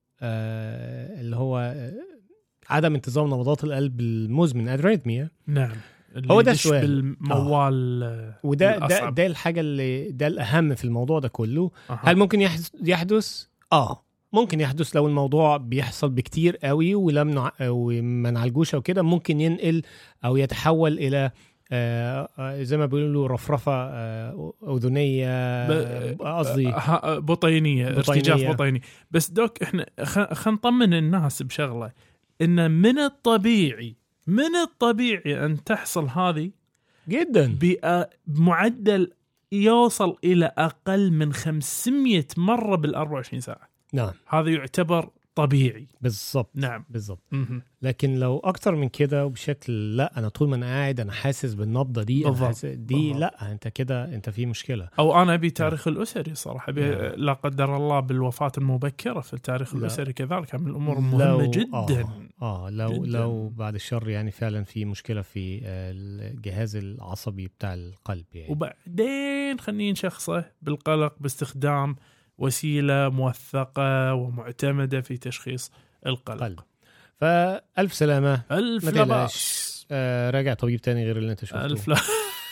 آه اللي هو آه، عدم انتظام نبضات القلب المزمن اريثميا. نعم. هو ده يدش السؤال. بالموال آه. وده ده, الأصعب. ده الحاجة اللي ده الأهم في الموضوع ده كله. أها. هل ممكن يحدث, يحدث؟ آه ممكن يحدث لو الموضوع بيحصل بكتير قوي ولم نع... وما نعالجوش أو كده، ممكن ينقل أو يتحول إلى آه آه، زي ما بيقولوا رفرفة آه أذنية، آه، قصدي ها- بطينية, ارتجاف بطيني. بس دوك احنا خ- خلينا نطمن الناس بشغلة، ان من الطبيعي من الطبيعي ان تحصل هذه جدا بأ- بمعدل يوصل الى اقل من خمسمية مرة بالأربع وعشرين ساعة. نعم هذا يعتبر طبيعي. بالضبط. نعم بالضبط. مهم. لكن لو اكتر من كده وبشكل لا انا طول ما انا قاعد انا حاسس بالنبضه دي، أنا بالضبط. حاسس دي بالضبط. لا انت كده انت في مشكله. او انا ابي تاريخ الاسري صراحه أبي نعم. لا قدر الله بالوفاه المبكره في التاريخ لا. الاسري كذلك من الامور المهمه لو- جدا. اه, آه لو جداً. لو بعد الشر يعني فعلا في مشكله في آه، الجهاز العصبي بتاع القلب يعني. وبعدين خلينا نشخصه بالقلق باستخدام وسيله موثقه ومعتمده في تشخيص القلق. قلب. فالف سلامه. الف ما لا تقلقش. باس. آه راجع طبيب تاني غير اللي انت شفته. الف لا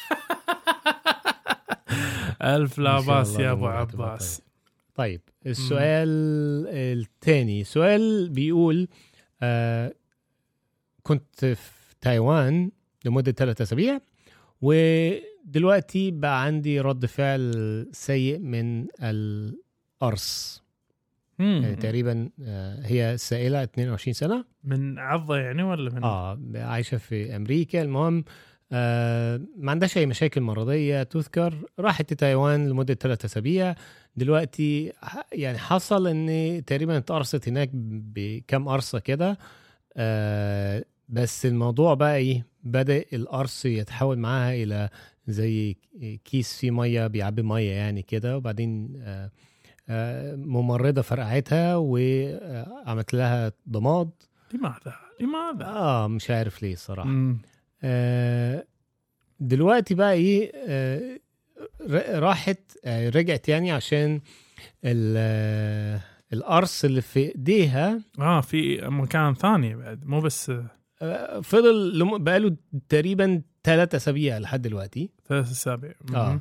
الف لا إن شاء باس الله يا ابو الأمور هتبقى عباس. طيب السؤال الثاني سؤال بيقول آه كنت في تايوان لمدة ثلاثة أسابيع، ودلوقتي بقى عندي رد فعل سيء من القرص. يعني تقريبا هي سائلة اثنين وعشرين سنة من عضة يعني ولا من اه عايشة في أمريكا. المهم آه ما عندهاش أي مشاكل مرضية تذكر. راحت تايوان لمدة ثلاثة أسابيع. دلوقتي يعني حصل إن تقريبا اتقرصت هناك بكم قرصة كده. آه بس الموضوع بقى إيه، بدأ القرص يتحول معاها إلى زي كيس فيه مية بيعبي مية يعني كده. وبعدين آه آه ممرضة فرقعتها وعملت لها ضماد. لماذا؟ لماذا؟ آه مش عارف ليه صراحة. آه دلوقتي بقى إيه آه راحت آه رجعت يعني عشان القرص اللي في ايديها اه في مكان ثاني بعد، مو بس آه فضل بقاله تقريبا ثلاثة أسابيع لحد دلوقتي. ثلاث أسابيع. آه.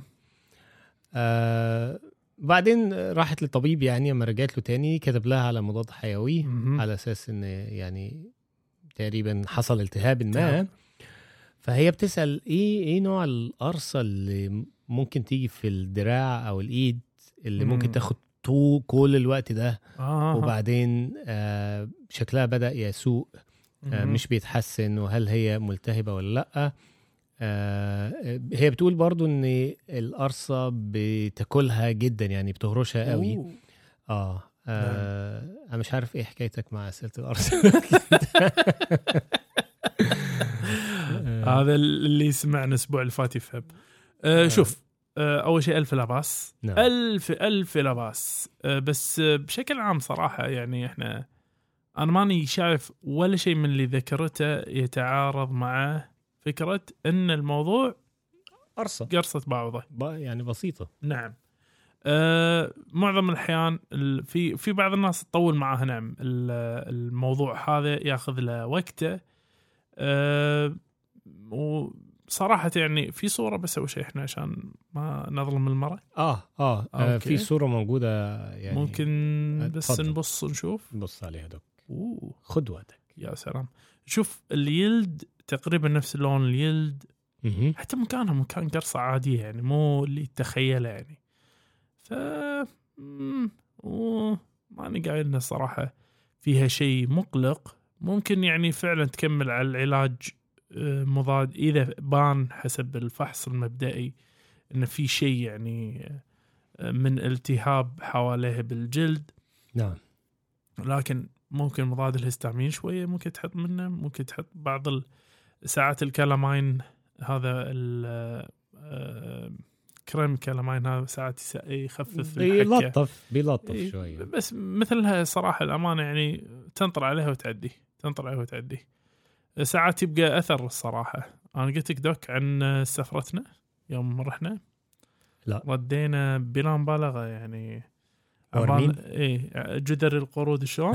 آه بعدين راحت للطبيب يعني لما رجعت له تاني كتب لها على مضاد حيوي م- على أساس إن يعني تقريبا حصل التهاب ما. آه. فهي بتسأل ايه ايه نوع القرصة اللي ممكن تيجي في الدراع او الايد اللي مم. ممكن تاخد طول كل الوقت ده. آه. وبعدين آه شكلها بدأ يسوء، آه مش بيتحسن، وهل هي ملتهبة ولا لأ. آه هي بتقول برضو ان القرصة بتاكلها جدا يعني بتهرشها قوي. اه, آه انا مش عارف ايه حكايتك مع أسئلة القرصة. هذا اللي سمعنا الأسبوع اللي فات يفهم. أه شوف، أه أول شيء ألف لا باس. نعم. ألف ألف لا باس. أه بس بشكل عام صراحة يعني إحنا أنا ماني شايف ولا شيء من اللي ذكرته يتعارض مع فكرة إن الموضوع قرصة قرصة بعوضة يعني بسيطة. نعم. أه معظم الأحيان في في بعض الناس تطول معها. نعم الموضوع هذا يأخذ له وقته. أه وصراحة يعني في صورة بسوي شيء إحنا عشان ما نظلم المرأة. آه آه, آه في صورة موجودة يعني ممكن بس فضل. نبص نشوف نبص عليها دوك. أوه. خد وقتك. يا سلام. شوف اليلد تقريبا نفس اللون اليلد م- حتى مكانها مكان قرصة عادية يعني مو اللي تخيله يعني. ف ما نقعد لنا صراحة فيها شيء مقلق. ممكن يعني فعلا تكمل على العلاج مضاد إذا بان حسب الفحص المبدئي إن في شيء يعني من التهاب حواليه بالجلد. نعم. لكن ممكن مضاد الهستامين شوية ممكن تحط منه، ممكن تحط بعض ساعات الكلامين هذا الكريم كلامين هذا ساعات يخفف بيلطف بيلطف شوية. بس مثلها صراحة الأمانة يعني تنطر عليها وتعدي تنطر عليها وتعدي. ساعات يبقى أثر الصراحة. أنا قلت لك دوك عن سفرتنا يوم رحنا. لا ردينا بلا مبالغة يعني. أمال إيه جدر القرود شلون؟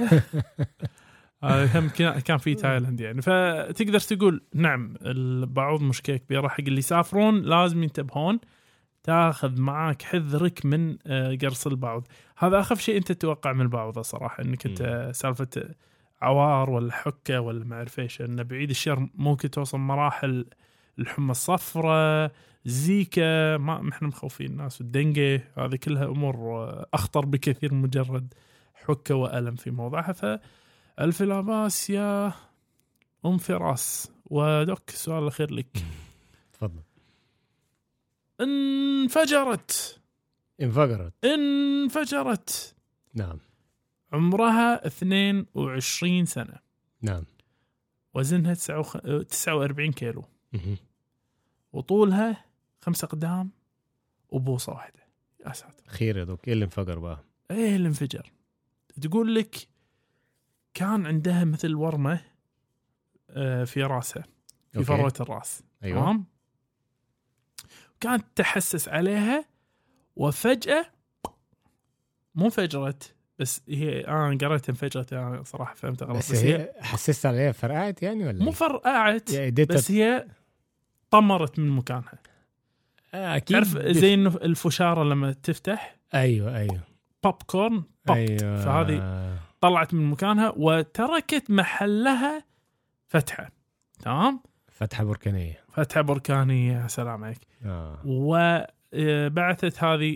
هم كان في تايلاند يعني. فتقدر تقول نعم البعوض مشكلة كبيرة. حق اللي يسافرون لازم ينتبهون، تاخذ معاك حذرك من قرص البعوض. هذا أخف شيء أنت تتوقع من البعوضة صراحة، إنك أنت سالفة عوار ولا حكة ولا ما أعرف إيش. إنه بعيد الشر ممكن توصل مراحل الحمى الصفراء، زيكا، ما إحنا مخوفين الناس، والدنجة هذه كلها أمور أخطر بكثير من مجرد حكة وألم في موضعها. فألف لا باس يا أم فراس. ودوك السؤال الأخير لك. تفضل. انفجرت انفجرت انفجرت نعم. عمرها اثنين وعشرين سنة. نعم. وزنها تسعة وأربعين كيلو. وطولها خمسة قدام وبوصة واحدة. يا ساتر. خير يا دوك. ايه اللي انفجر بقى؟ ايه اللي انفجر؟ تقول لك كان عندها مثل ورمة في راسها في فروة الراس. أيوة. تمام. كانت تحسس عليها وفجأة مو انفجرت، بس هي انا قريت انفجرت يعني صراحه فهمت غلط. بس, بس هي حسست عليها فرقعت يعني ولا مو فرقعت يعني بس هي طمرت من مكانها. اكيد. تعرف زي انه الفشاره لما تفتح ايوه ايوه بوب كورن بوب. أيوة. فهذه طلعت من مكانها وتركت محلها فتحة. تمام. فتحة بركانية. فتحة بركانية. سلام عليك. آه. وبعثت هذه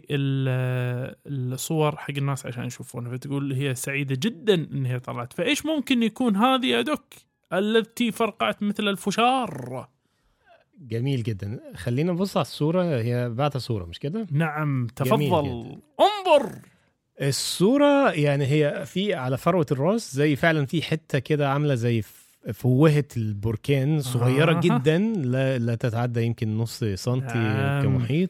الصور حق الناس عشان يشوفونها، فتقول هي سعيدة جدا ان هي طلعت. فايش ممكن يكون هذه يا دوك التي فرقعت مثل الفشار؟ جميل جدا. خلينا نبص على الصورة. هي بعتها صورة مش كده؟ نعم تفضل انظر. الصورة يعني هي في على فروة الراس زي فعلا في حتة كده عاملة زي فوهة البركان صغيرة آه. جدا لا, لا تتعدى يمكن نص سنتي نعم. كمحيط.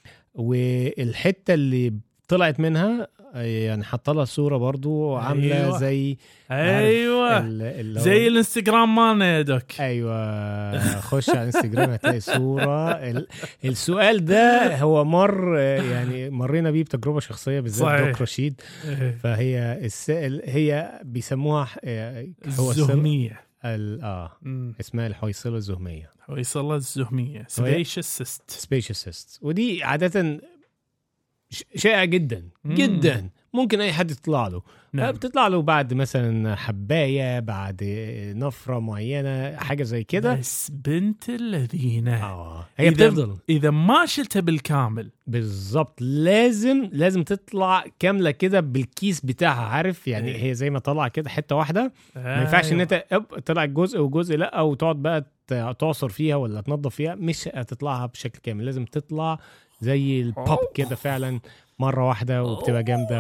والحتة اللي طلعت منها يعني حط لها صورة برضو عاملة أيوة. زي أيوة ال زي الانستغرام مالنا يا دوك. أيوة خش على الانستغرام هتلاقي صورة. السؤال ده هو مر يعني مرينا بيه بتجربة شخصية بالذات دوك رشيد. فهي السائل هي بيسموها هو الزهمية. اه م. اسمها الحويصلة الزهمية. الحويصلة الزهمية spacious cyst. spacious cyst. ودي عادة شائع جدا مم. جدا. ممكن اي حد يطلع له. نعم. بتطلع له بعد مثلا حباية، بعد نفرة معينة، حاجة زي كده. بس بنت الذين آه. هي إذا بتفضل اذا ما شلتها بالكامل بالضبط لازم لازم تطلع كاملة كده بالكيس بتاعها، عارف يعني إيه. هي زي ما طلع كده حتة واحدة آه. ما ينفعش ان انت طلع جزء وجزء لا، وتقعد بقى تعصر فيها ولا تنظف فيها، مش هتطلعها بشكل كامل. لازم تطلع زي البوب كده فعلا مرة واحدة وبتبقى جامدة.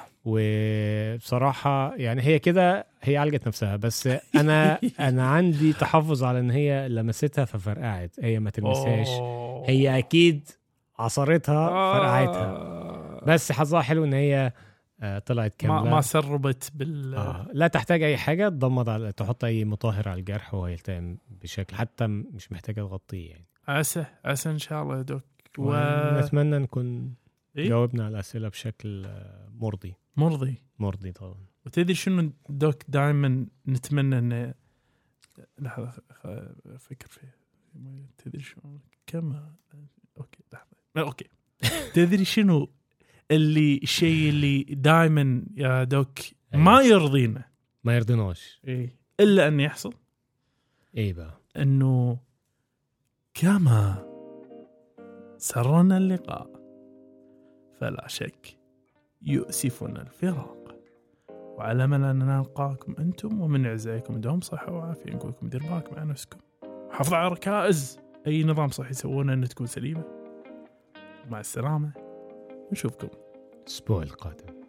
وبصراحة يعني هي كده هي عالجت نفسها. بس أنا أنا عندي تحفظ على إن هي لمستها ففرقعت. هي ما تلمسهاش، هي أكيد عصرتها فرقعتها. بس حظها حلو إن هي طلعت كاملة، ما, ما سربت بال آه. لا تحتاج أي حاجة تضمد على تحط أي مطهر على الجرح ويلتئم بشكل حتى مش محتاجة تغطيه يعني. عسى عسى إن شاء الله يا دوك. ونتمنى نكون إيه؟ جاوبنا على الأسئلة بشكل مرضي. مرضي مرضي طبعا. وتدري شنو دوك دائما نتمنى إنه لحظة أفكر فيه. تدري شنو كم أوكي لحظة أوكي تدري شنو اللي الشيء اللي دائما يا دوك ما يرضينا ما يرضيناش إيه إلا أن يحصل إيه بقى إنه كما سرنا اللقاء فلا شك يؤسفنا الفراق، وعلى أمل أن نلقاكم أنتم ومن أعزائكم دوم صحة وعافية. نقول لكم دير بالكم مع نفسكم، حافظ على ركائز أي نظام صحي يسوونه أن تكون سليمة. مع السلامة، نشوفكم الأسبوع القادم.